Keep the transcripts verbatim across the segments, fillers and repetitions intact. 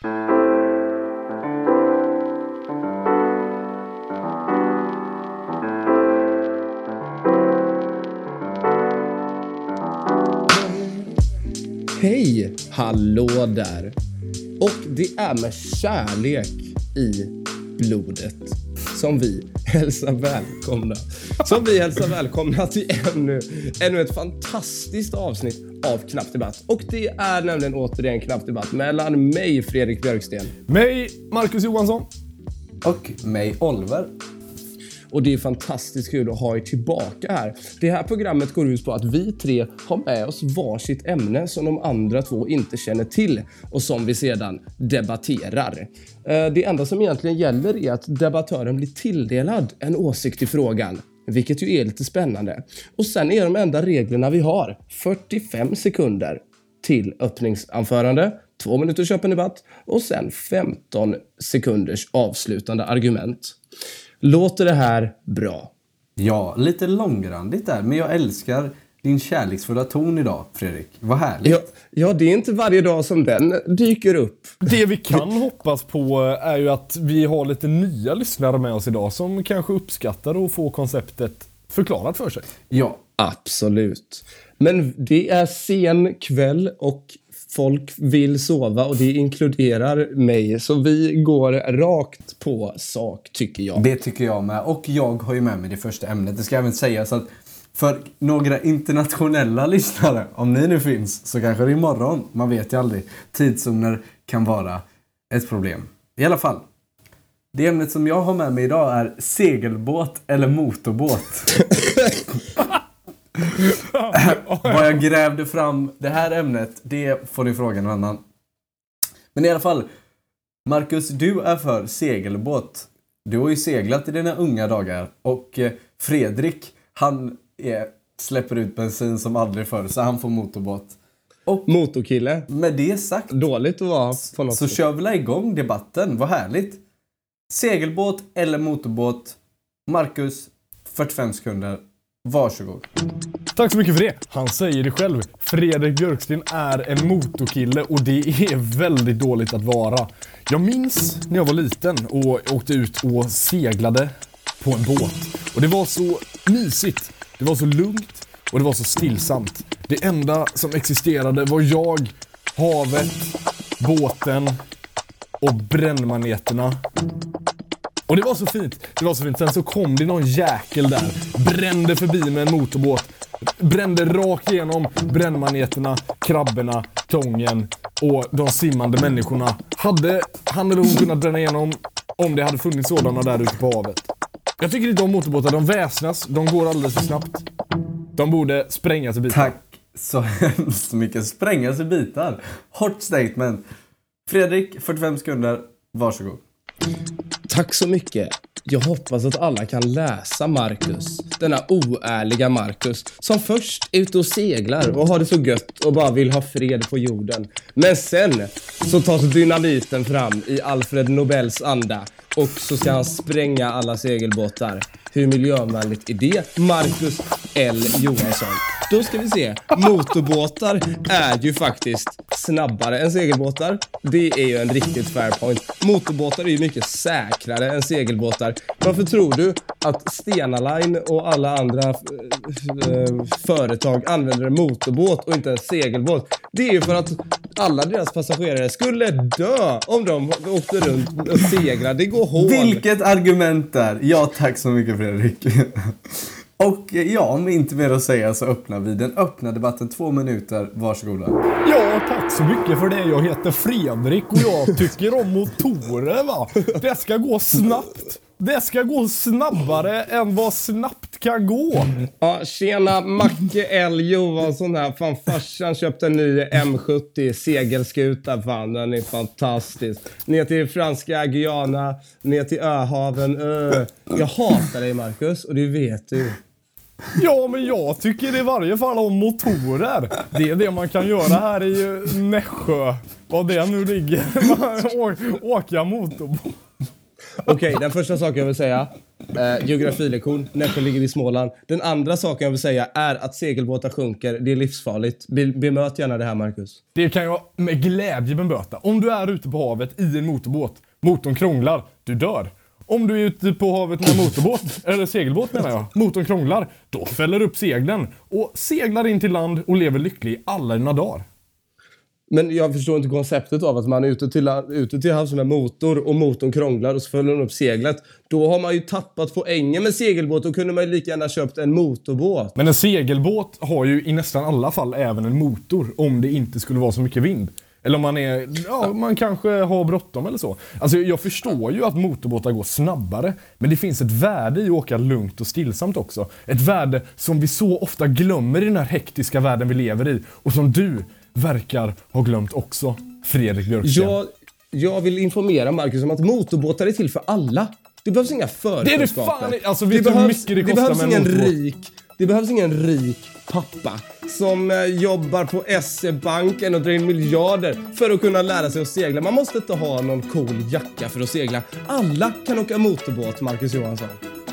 Hej, hallå där. Och det är med kärlek i blodet som vi hälsar välkomna. Som vi hälsar välkomna till ännu, ännu ett fantastiskt avsnitt av Knapp Debatt. Och det är nämligen återigen Knapp Debatt mellan mig, Fredrik Björksten. Mig, Marcus Johansson. Och mig, Oliver. Och det är fantastiskt kul att ha er tillbaka här. Det här programmet går ut på att vi tre har med oss varsitt ämne som de andra två inte känner till och som vi sedan debatterar. Det enda som egentligen gäller är att debattören blir tilldelad en åsikt i frågan, vilket ju är lite spännande. Och sen är de enda reglerna vi har fyrtiofem sekunder till öppningsanförande, två minuters öppen debatt och sen femton sekunders avslutande argument. Låter det här bra? Ja, lite långrandigt där. Men jag älskar din kärleksfulla ton idag, Fredrik. Vad härligt. Ja, ja, det är inte varje dag som den dyker upp. Det vi kan hoppas på är ju att vi har lite nya lyssnare med oss idag som kanske uppskattar att få konceptet förklarat för sig. Ja. Absolut. Men det är sen kväll och folk vill sova och det inkluderar mig. Så vi går rakt på sak, tycker jag. Det tycker jag med. Och jag har ju med mig det första ämnet. Det ska även sägas att för några internationella lyssnare, om ni nu finns, så kanske det är imorgon. Man vet ju aldrig. Tidszoner kan vara ett problem. I alla fall. Det ämnet som jag har med mig idag är segelbåt eller motorbåt. Vad jag grävde fram det här ämnet, det får ni fråga någon annan. Men i alla fall, Marcus, du är för segelbåt. Du har ju seglat i dina unga dagar. Och Fredrik, han är, släpper ut bensin som aldrig förr, så han får motorbåt. Och motorkille. Med det sagt, dåligt att vara på något så sätt. kör vi igång debatten. Vad härligt. Segelbåt eller motorbåt? Marcus, fyrtiofem sekunder. Varsågod. Tack så mycket för det. Han säger det själv. Fredrik Björksten är en motorkille och det är väldigt dåligt att vara. Jag minns när jag var liten och åkte ut och seglade på en båt. Och det var så mysigt. Det var så lugnt och det var så stillsamt. Det enda som existerade var jag, havet, båten och brännmaneterna. Och det var så fint, det var så fint. Sen så kom det någon jäkel där, brände förbi med en motorbåt, brände rakt igenom brännmaneterna, krabborna, tången och de simmande människorna. Hade han eller hon kunnat bränna igenom om det hade funnits sådana där ute på havet? Jag tycker inte om motorbåtar, de väsnas, de går alldeles för snabbt. De borde sprängas i bitar. Tack så hemskt mycket, sprängas i bitar. Hot statement. Fredrik, fyrtiofem sekunder, varsågod. Tack så mycket. Jag hoppas att alla kan läsa Marcus. Denna oärliga Marcus som först är ute och seglar och har det så gött och bara vill ha fred på jorden. Men sen så tas dynamiten fram i Alfred Nobels anda och så ska han spränga alla segelbåtar. Hur miljövänligt är det, Marcus L. Johansson? Då ska vi se. Motorbåtar är ju faktiskt snabbare än segelbåtar. Det är ju en riktigt fair point. Motorbåtar är ju mycket säkrare än segelbåtar. Varför tror du att Stena Line och alla andra äh, företag använder en motorbåt och inte en segelbåt? Det är ju för att alla deras passagerare skulle dö om de åkte runt och seglade. Det går hål. Vilket argument där. Ja, tack så mycket, Fredrik. Och ja, med inte mer att säga så öppnar vi den öppna debatten. Två minuter, varsågoda. Ja, tack så mycket för det. Jag heter Fredrik och jag tycker om motorer, va? Det ska gå snabbt. Det ska gå snabbare än vad snabbt kan gå. Ja, tjena, Macke L. Johansson här. Fan, farsan köpte en ny M sjuttio segelskuta. Fan, den är fantastisk. Ner till franska Guyana, ner till Öhaven. Ö. Jag hatar dig, Marcus, och det vet du. Ja, men jag tycker i varje fall om motorer. Det är det man kan göra här i Nässjö. Vad det nu ligger. Å- åka motorbåt. Okej, okay, den första saken jag vill säga. Eh, geografilektion, Nässjö ligger i Småland. Den andra saken jag vill säga är att segelbåtar sjunker. Det är livsfarligt. Be- bemöt gärna det här, Marcus. Det kan jag med glädje bemöta. Om du är ute på havet i en motorbåt, motorn krånglar, du dör. Om du är ute på havet med en motorbåt, eller segelbåt menar jag, motorn krånglar, då fäller upp seglen och seglar in till land och lever lycklig alla dina dagar. Men jag förstår inte konceptet av att man är ute till, ute till havs med motor och motorn krånglar och så följer den upp seglet. Då har man ju tappat poängen med segelbåt. Då kunde man ju lika gärna köpt en motorbåt. Men en segelbåt har ju i nästan alla fall även en motor om det inte skulle vara så mycket vind. Eller om man är, ja, man kanske har bråttom eller så. Alltså jag förstår ju att motorbåtar går snabbare, men det finns ett värde i att åka lugnt och stillsamt också. Ett värde som vi så ofta glömmer i den här hektiska världen vi lever i och som du verkar ha glömt också, Fredrik Björksten. Jag, jag vill informera Marcus om att motorbåtar är till för alla. Det behövs inga förkunskaper. Det är det fan, alltså vet det du hur behövs, mycket det det kostar behövs med en ingen motorbåt? rik, Det behövs ingen rik pappa som eh, jobbar på S E-banken och drar in miljarder för att kunna lära sig att segla. Man måste inte ha någon cool jacka för att segla. Alla kan åka motorbåt, Marcus Johansson.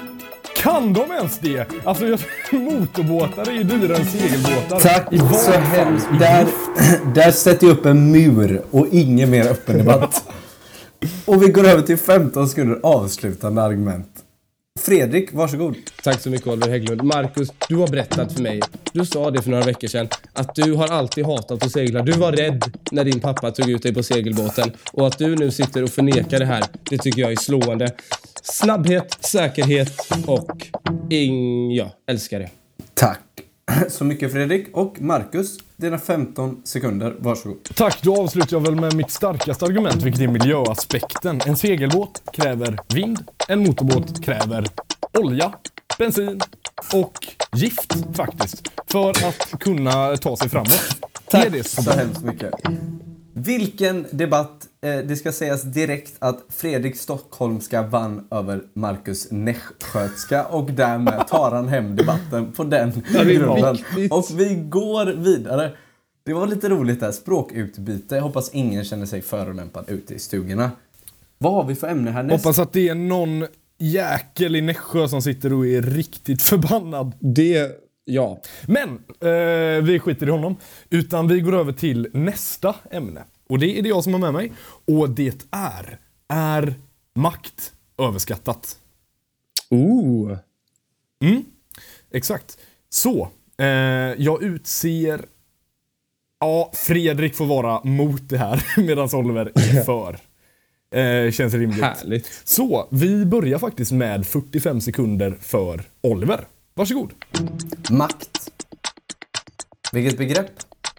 Kan de ens det? Alltså jag, motorbåtar är ju dyrare än segelbåtar. Tack I så hemskt. Där, där sätter jag upp en mur och ingen mer öppen debatt. Och vi går över till femton sekunder avslutande argument. Fredrik, varsågod. Tack så mycket, Oliver Hägglund. Marcus, du har berättat för mig, du sa det för några veckor sedan, att du har alltid hatat att segla. Du var rädd när din pappa tog ut dig på segelbåten. Och att du nu sitter och förnekar det här, det tycker jag är slående. Snabbhet, säkerhet och ing... ja, älskar det. Tack så mycket, Fredrik. Och Marcus, dina femton sekunder, varsågod. Tack, då avslutar jag väl med mitt starkaste argument, vilket är miljöaspekten. En segelbåt kräver vind, en motorbåt kräver olja, bensin och gift faktiskt, för att kunna ta sig framåt. Tack är det så, så hemskt mycket. Vilken debatt, eh, det ska sägas direkt att Fredrik Stockholmska vann över Marcus Nässjötska och därmed tar han hem debatten på den Ja, det är grunden. viktigt. Och vi går vidare. Det var lite roligt där, språkutbyte. Jag hoppas ingen känner sig förolämpad ute i stugorna. Vad har vi för ämne här näst? hoppas att det är någon jäkel i Nässjö som sitter och är riktigt förbannad. Det, ja. Men eh, vi skiter i honom, utan vi går över till nästa ämne. Och det är det jag som har med mig. Och det är, är makt överskattat? Ooh. Mm, exakt. Så, eh, jag utser... Ja, Fredrik får vara mot det här medan Oliver är för. Eh, känns rimligt. Härligt. Så, vi börjar faktiskt med fyrtiofem sekunder för Oliver. Varsågod. Makt. Vilket begrepp?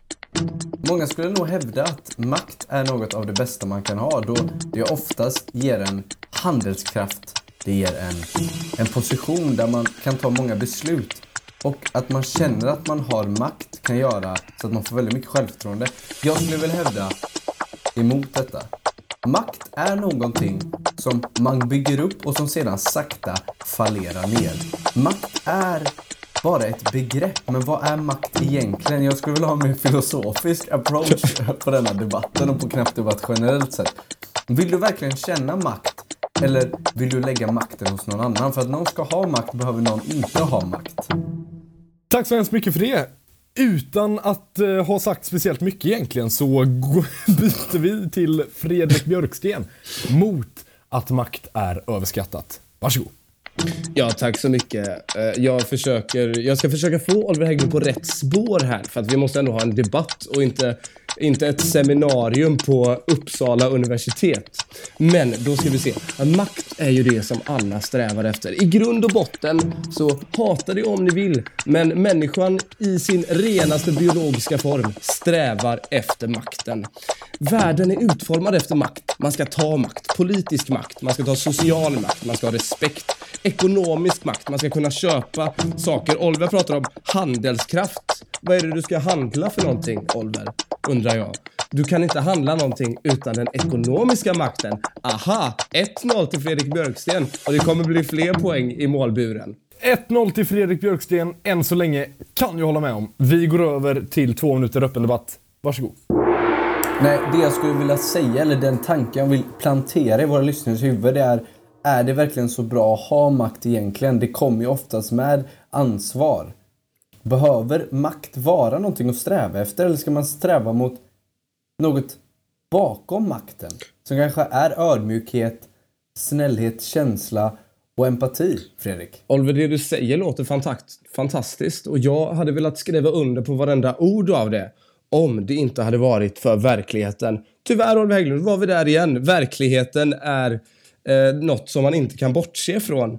Många skulle nog hävda att makt är något av det bästa man kan ha, då det oftast ger en handelskraft. Det ger en, en position där man kan ta många beslut. Och att man känner att man har makt kan göra så att man får väldigt mycket självförtroende. Jag skulle väl hävda emot detta. Makt är någonting som man bygger upp och som sedan sakta fallerar ner. Makt är bara ett begrepp, men vad är makt egentligen? Jag skulle vilja ha en mer filosofisk approach på denna debatten och på knappdebatt generellt sett. Vill du verkligen känna makt? Eller vill du lägga makten hos någon annan? För att någon ska ha makt behöver någon inte ha makt. Tack så hemskt mycket för det. Utan att uh, ha sagt speciellt mycket egentligen så gå- byter vi till Fredrik Björksten mot att makt är överskattat. Varsågod. Ja, tack så mycket. Eh, Jag, försöker, jag ska försöka få Oliver Hägglund på rätt spår här. För att vi måste ändå ha en debatt och inte, inte ett seminarium på Uppsala universitet. Men då ska vi se. Makt är ju det som alla strävar efter. I grund och botten så hatar det om ni vill. Men människan i sin renaste biologiska form strävar efter makten. Världen är utformad efter makt. Man ska ta makt. Politisk makt. Man ska ta social makt. Man ska ha respekt. Ekonomisk makt. Man ska kunna köpa saker. Oliver pratar om handelskraft. Vad är det du ska handla för någonting, Oliver? Undrar jag. Du kan inte handla någonting utan den ekonomiska makten. Aha, ett noll till Fredrik Björksten. Och det kommer bli fler poäng i målburen. ett noll till Fredrik Björksten. Än så länge kan jag hålla med om. Vi går över till två minuter öppen debatt. Varsågod. Nej, det jag skulle vilja säga, eller den tanken jag vill plantera i våra lyssnares huvud, det är är det verkligen så bra att ha makt egentligen? Det kommer ju oftast med ansvar. Behöver makt vara någonting att sträva efter? Eller ska man sträva mot något bakom makten? Som kanske är ödmjukhet, snällhet, känsla och empati, Fredrik. Oliver, det du säger låter fantakt- fantastiskt. Och jag hade velat skriva under på varenda ord av det. Om det inte hade varit för verkligheten. Tyvärr, Oliver Hägglund, var vi där igen. Verkligheten är eh, något som man inte kan bortse ifrån.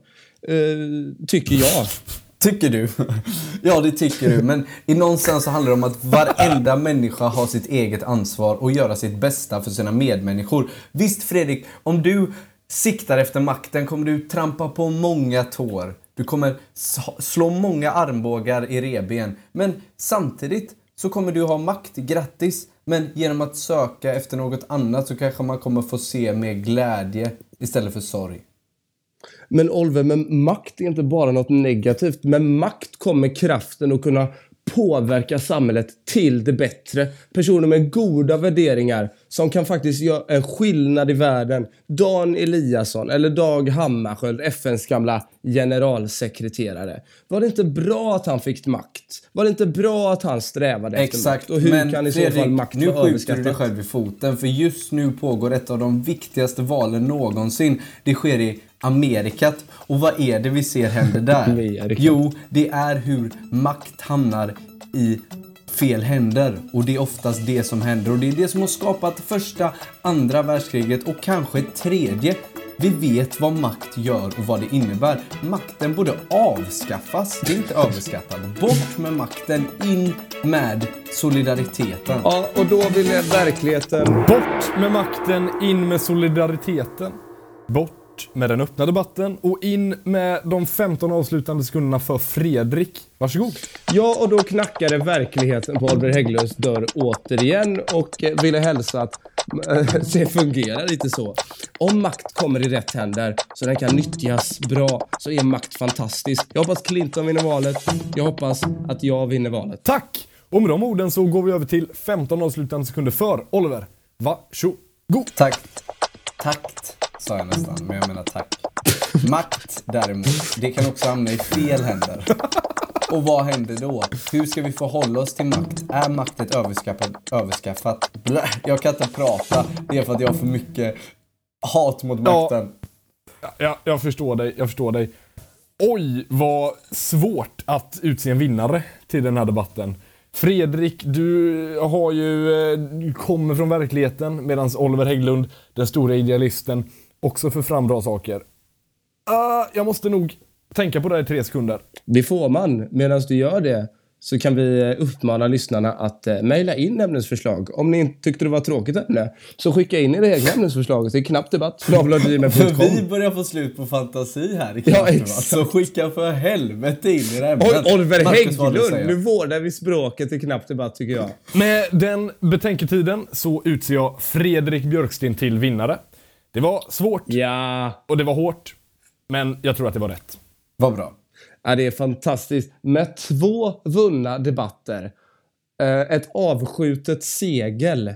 Eh, tycker jag. Tycker du? Ja, det tycker du. Men i någonstans så handlar det om att varenda människa har sitt eget ansvar och göra sitt bästa för sina medmänniskor. Visst, Fredrik, om du siktar efter makten kommer du trampa på många tår. Du kommer slå många armbågar i reben. Men samtidigt så kommer du ha makt, grattis. Men genom att söka efter något annat så kanske man kommer få se med glädje istället för sorg. Men Oliver, men makt är inte bara något negativt. Med makt kommer kraften att kunna påverka samhället till det bättre. Personer med goda värderingar som kan faktiskt göra en skillnad i världen. Dan Eliasson eller Dag Hammarskjöld, F N:s gamla generalsekreterare. Var det inte bra att han fick makt? Var det inte bra att han strävade efter Exakt, makt? Och hur men kan i Fredrik, så fall makt nu vara skjuter du dig överskattat? själv i foten. För just nu pågår ett av de viktigaste valen någonsin. Det sker i Amerikat. Och vad är det vi ser händer där? Amerikat. Jo, det är hur makt hamnar i fel händer. Och det är oftast det som händer. Och det är det som har skapat första, andra världskriget och kanske tredje. Vi vet vad makt gör och vad det innebär. Makten borde avskaffas. Det är inte överskattat. Bort med makten, in med solidariteten. Ja, och då ville verkligheten... Bort med makten, in med solidariteten. Bort med den öppna debatten och in med de femton avslutande sekunderna för Fredrik. Varsågod. Ja, och då knackade verkligheten på Oliver Hägglunds dörr återigen och ville hälsa att det fungerar lite så. Om makt kommer i rätt händer så den kan nyttjas bra så är makt fantastisk. Jag hoppas Clinton vinner valet. Jag hoppas att jag vinner valet. Tack! Och med de orden så går vi över till femton avslutande sekunder för Oliver. Varsågod. Tack. Takt sa jag nästan, men jag menar tack. Makt däremot, det kan också hamna i fel händer. Och vad händer då? Hur ska vi förhålla oss till makt? Är maktet överskaffat? överskaffat? Blä, jag kan inte prata. Det är för att jag har för mycket hat mot makten. Ja, ja, jag förstår dig, jag förstår dig. Oj, vad svårt att utse en vinnare till den här debatten. Fredrik, du har ju eh, kommer från verkligheten medan Oliver Hägglund, den stora idealisten, också för fram bra saker. Uh, jag måste nog tänka på det i tre sekunder. Det får man. Medan du gör det så kan vi uppmana lyssnarna att eh, mejla in ämnesförslag. Om ni inte tyckte det var ett tråkigt ämne så skicka in era egna ämnesförslag till knappdebatt. För vi börjar få slut på fantasi här i Ja, exakt. Så skicka för helvete in era ämnen. Ol- Oliver Marcus, vad du Hägglund, säger. nu vårdar vi språket i knappdebatt tycker jag. Med den betänketiden så utser jag Fredrik Björksten till vinnare. Det var svårt Ja, och det var hårt, men jag tror att det var rätt. Vad bra. ja det är fantastiskt. Med två vunna debatter, eh, ett avskjutet segel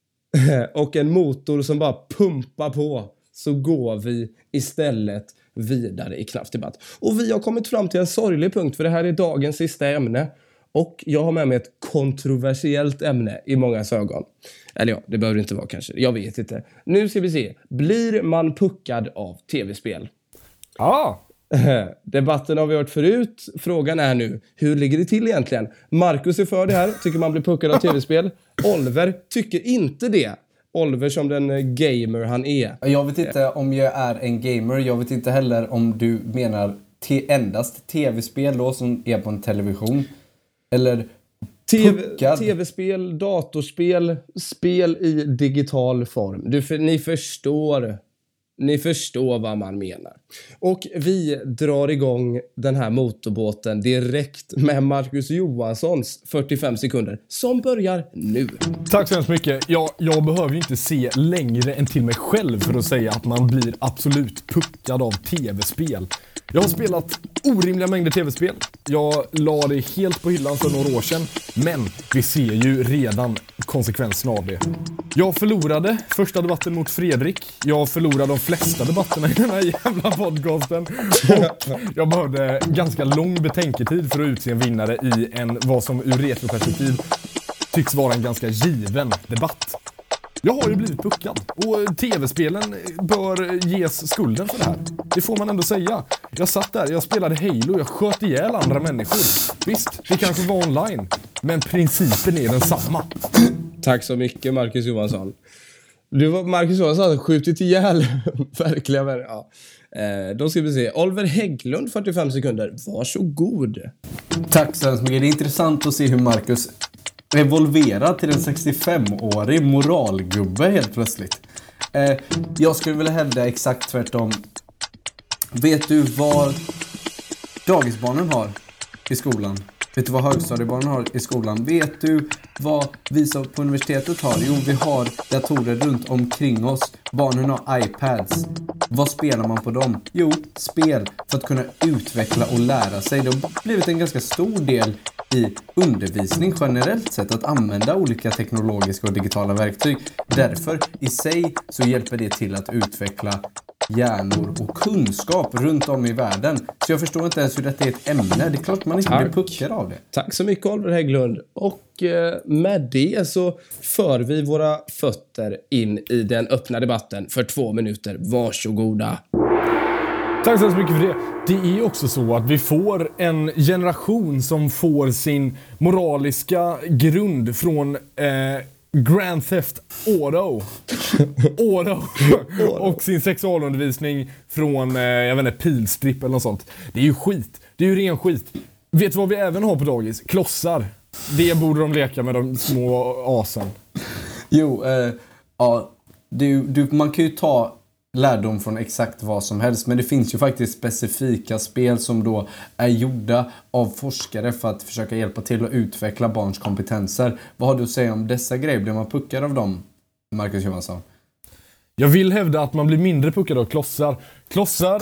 och en motor som bara pumpar på så går vi istället vidare i knappdebatt. Och vi har kommit fram till en sorglig punkt för det här är dagens sista ämne. Och jag har med mig ett kontroversiellt ämne i mångas ögon. Eller ja, det behöver det inte vara kanske. Jag vet inte. Nu ska vi se. Blir man puckad av tv-spel? Ja, Debatten har vi hört förut. Frågan är nu, hur ligger det till egentligen? Marcus är för det här. Tycker man blir puckad av tv-spel. Oliver tycker inte det. Oliver som den gamer han är. Jag vet inte om jag är en gamer. Jag vet inte heller om du menar te- endast tv-spel då som är på en television. Eller TV, puckad. tv-spel, datorspel, spel i digital form. Du, för, ni förstår. Ni förstår vad man menar. Och vi drar igång den här motorbåten direkt med Marcus Johanssons fyrtiofem sekunder som börjar nu. tack så hemskt mycket. Jag, jag behöver ju inte se längre än till mig själv för att säga att man blir absolut puckad av tv-spel. Jag har spelat orimliga mängder tv-spel. Jag la det helt på hyllan för några år sedan. Men vi ser ju redan konsekvenserna av det. Jag förlorade första debatten mot Fredrik. Jag förlorade de flesta debatterna i den här jävla podcasten. Och jag behövde ganska lång betänketid för att utse en vinnare i en vad som ur retroperspektiv tycks vara en ganska given debatt. Jag har ju blivit puckad och tv-spelen bör ges skulden för det här. Det får man ändå säga. Jag satt där, jag spelade Halo, jag sköt ihjäl andra människor. Visst, det kanske var online, men principen är densamma. Tack så mycket, Marcus Johansson. Du var Marcus Johansson skjutit ihjäl verkligen. Ja. Eh, då ska vi se. Oliver Hägglund, fyrtiofem sekunder. Varsågod. Tack så hemskt mycket. Det är intressant att se hur Marcus revolverar till en sextiofem-årig moralgubbe helt plötsligt. Eh, jag skulle vilja hävda exakt tvärtom. Vet du vad dagisbarnen har i skolan? Vet du vad högstadiebarnen har i skolan? Vet du vad vi som på universitetet har? Jo, vi har datorer runt omkring oss. Barnen har iPads. Vad spelar man på dem? Jo, spel för att kunna utveckla och lära sig. Det har blivit en ganska stor del i undervisning generellt sett att använda olika teknologiska och digitala verktyg. Därför i sig så hjälper det till att utveckla hjärnor och kunskap runt om i världen. Så jag förstår inte ens hur detta är ett ämne. Det är klart man inte Tack. blir puckad av det. Tack så mycket, Oliver Hägglund. Och eh, med det så för vi våra fötter in i den öppna debatten för två minuter. Varsågoda. Tack så mycket för det. Det är också så att vi får en generation som får sin moraliska grund från eh, Grand Theft Auto. Auto. Och sin sexualundervisning från eh, jag vet inte, pilstrip eller något sånt. Det är ju skit. Det är ju ren skit. Vet du vad vi även har på dagis? Klossar. Det borde de leka med de små asen. Jo, eh, ja, du, du, man kan ju ta lärdom från exakt vad som helst. Men det finns ju faktiskt specifika spel som då är gjorda av forskare för att försöka hjälpa till att utveckla barns kompetenser. Vad har du att säga om dessa grejer? Blir man puckad av dem, Marcus Johansson? Jag vill hävda att man blir mindre puckad av klossar. Klossar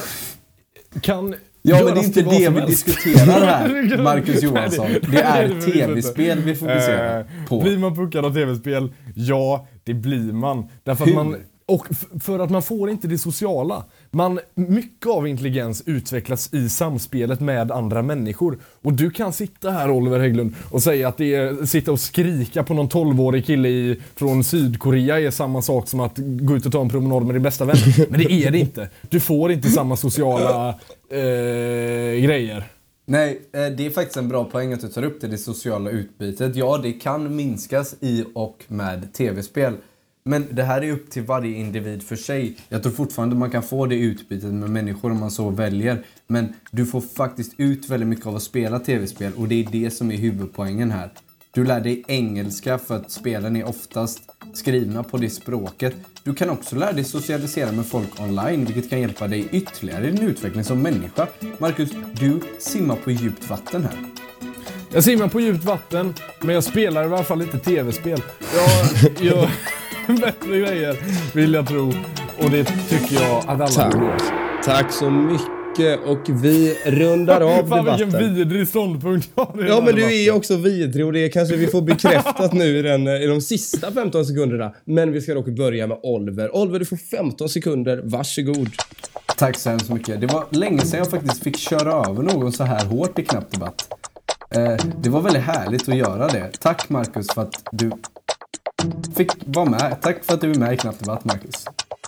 kan... Ja, men det är inte det vi diskuterar här, Marcus Johansson. Det är tv-spel vi fokuserar på. Blir man puckad av tv-spel? Ja, det blir man. Därför att man... Och för att man får inte det sociala. Man, mycket av intelligens utvecklas i samspelet med andra människor. Och du kan sitta här, Oliver Hägglund, och säga att det är, sitta och skrika på någon tolvårig kille i, från Sydkorea är samma sak som att gå ut och ta en promenad med din bästa vän. Men det är det inte. Du får inte samma sociala eh, grejer. Nej, det är faktiskt en bra poäng att du tar upp det, det sociala utbytet. Ja, det kan minskas i och med tv-spel. Men det här är upp till varje individ för sig. Jag tror fortfarande man kan få det utbytet med människor om man så väljer. Men du får faktiskt ut väldigt mycket av att spela tv-spel. Och det är det som är huvudpoängen här. Du lär dig engelska för att spelen är oftast skrivna på det språket. Du kan också lära dig socialisera med folk online, vilket kan hjälpa dig ytterligare i din utveckling som människa. Marcus, du simmar på djupt vatten här. Jag simmar på djupt vatten, men jag spelar i alla fall inte tv-spel. Jag gör bättre grejer, vill jag tro. Och det tycker jag att alla Tack. borde. Tack så mycket. Och vi rundar av Fan, debatten. vilken vidrig ståndpunkt jag har i den Ja, här men du debatten. är också vidrig och det kanske vi får bekräftat nu i, den, i de sista femton sekunderna. Men vi ska dock börja med Oliver. Oliver, du får femton sekunder. Varsågod. Tack så hemskt mycket. Det var länge sedan jag faktiskt fick köra över någon så här hårt i knapp debatt. Eh, det var väldigt härligt att göra det. Tack Marcus för att du fick vara med. Tack för att du är med i knapp debatt, Marcus.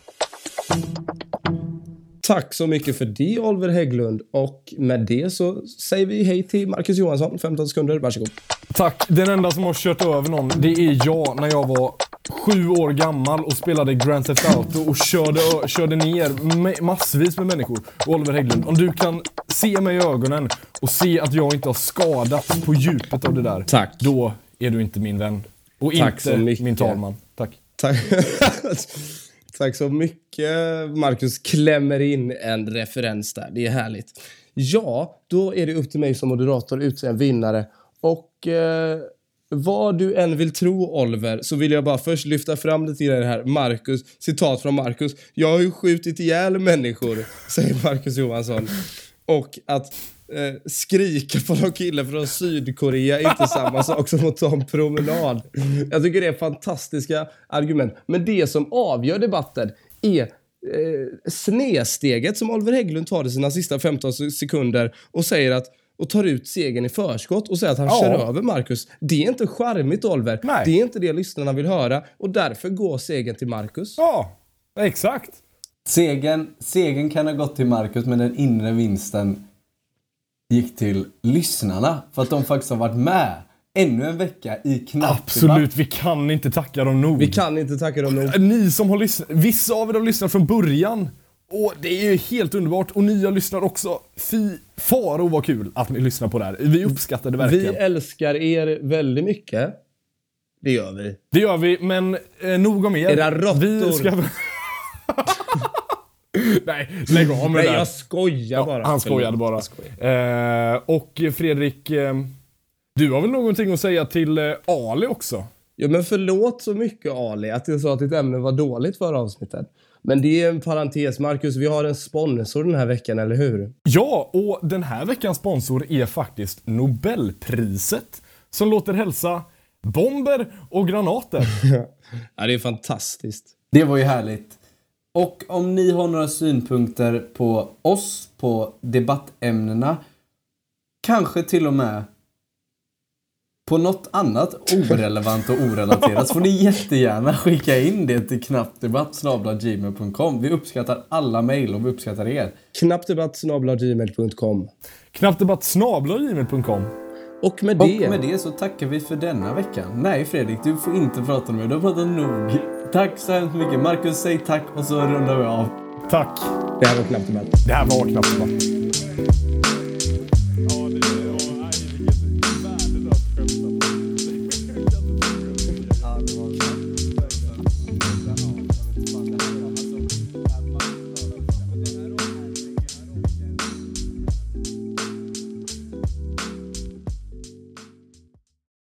Tack så mycket för det, Oliver Hägglund. Och med det så säger vi hej till Marcus Johansson. femton sekunder, varsågod. Tack. Den enda som har kört över någon, det är jag när jag var sju år gammal och spelade Grand Theft Auto och körde, körde ner massvis med människor. Oliver Hägglund, om du kan se mig i ögonen och se att jag inte har skadats på djupet av det där. Tack. Då är du inte min vän. Och Tack inte så mycket. min talman. Tack. Tack. Tack så mycket. Marcus klämmer in en referens där. Det är härligt. Ja, då är det upp till mig som moderator att utse en vinnare. Och eh, vad du än vill tro, Oliver, så vill jag bara först lyfta fram lite i det här. Marcus, citat från Marcus. Jag har ju skjutit ihjäl människor, säger Marcus Johansson. Och att eh, skrika på någon kille från Sydkorea är inte samma sak som att ta en promenad. Jag tycker det är fantastiska argument. Men det som avgör debatten är eh, snedsteget som Oliver Hägglund tar i sina sista femton sekunder och säger att och tar ut segern i förskott och säger att han ja. kör över Marcus. Det är inte charmigt, Oliver. Nej. Det är inte det lyssnarna vill höra. Och därför går segern till Marcus. Ja, exakt. Segern, segern kan ha gått till Marcus, men den inre vinsten gick till lyssnarna. För att de faktiskt har varit med ännu en vecka i knapp. Absolut, vi kan inte tacka dem nog. Vi kan inte tacka dem nog. Ni som har lyssnat, vissa av er har lyssnat från början. Och det är ju helt underbart. Och ni har lyssnat också. Fy faro vad kul att ni lyssnar på det här. Vi uppskattar det verkligen. Vi älskar er väldigt mycket. Det gör vi. Det gör vi, men eh, nog om er. Era råttor. Vi ska... Nej, lägg av med Nej, det där. jag skojar bara. Ja, han skojade bara. skojar. Eh, och Fredrik, eh, du har väl någonting att säga till eh, Ali också? Ja, men förlåt så mycket, Ali, att jag sa att ditt ämne var dåligt förra avsnittet. Men det är en parentes, Marcus. Vi har en sponsor den här veckan, eller hur? Ja, och den här veckans sponsor är faktiskt Nobelpriset. Som låter hälsa bomber och granater. Ja, det är fantastiskt. Det var ju härligt. Och om ni har några synpunkter på oss, på debattämnena, kanske till och med på något annat orelevant och orelaterat, så får ni jättegärna skicka in det till knappdebatt snabel-a gmail punkt com. Vi uppskattar alla mejl och vi uppskattar er. Knappdebatt snabel-a gmail punkt com. Knappdebatt snabel-a gmail punkt com. Och med det... Och med det så tackar vi för denna veckan. Nej, Fredrik, du får inte prata med mig. Du har pratat nog. Tack så hemskt mycket. Marcus, säg tack och så rundar vi av. Tack. Det här var Knappdebatt. Det här var Knappdebatt.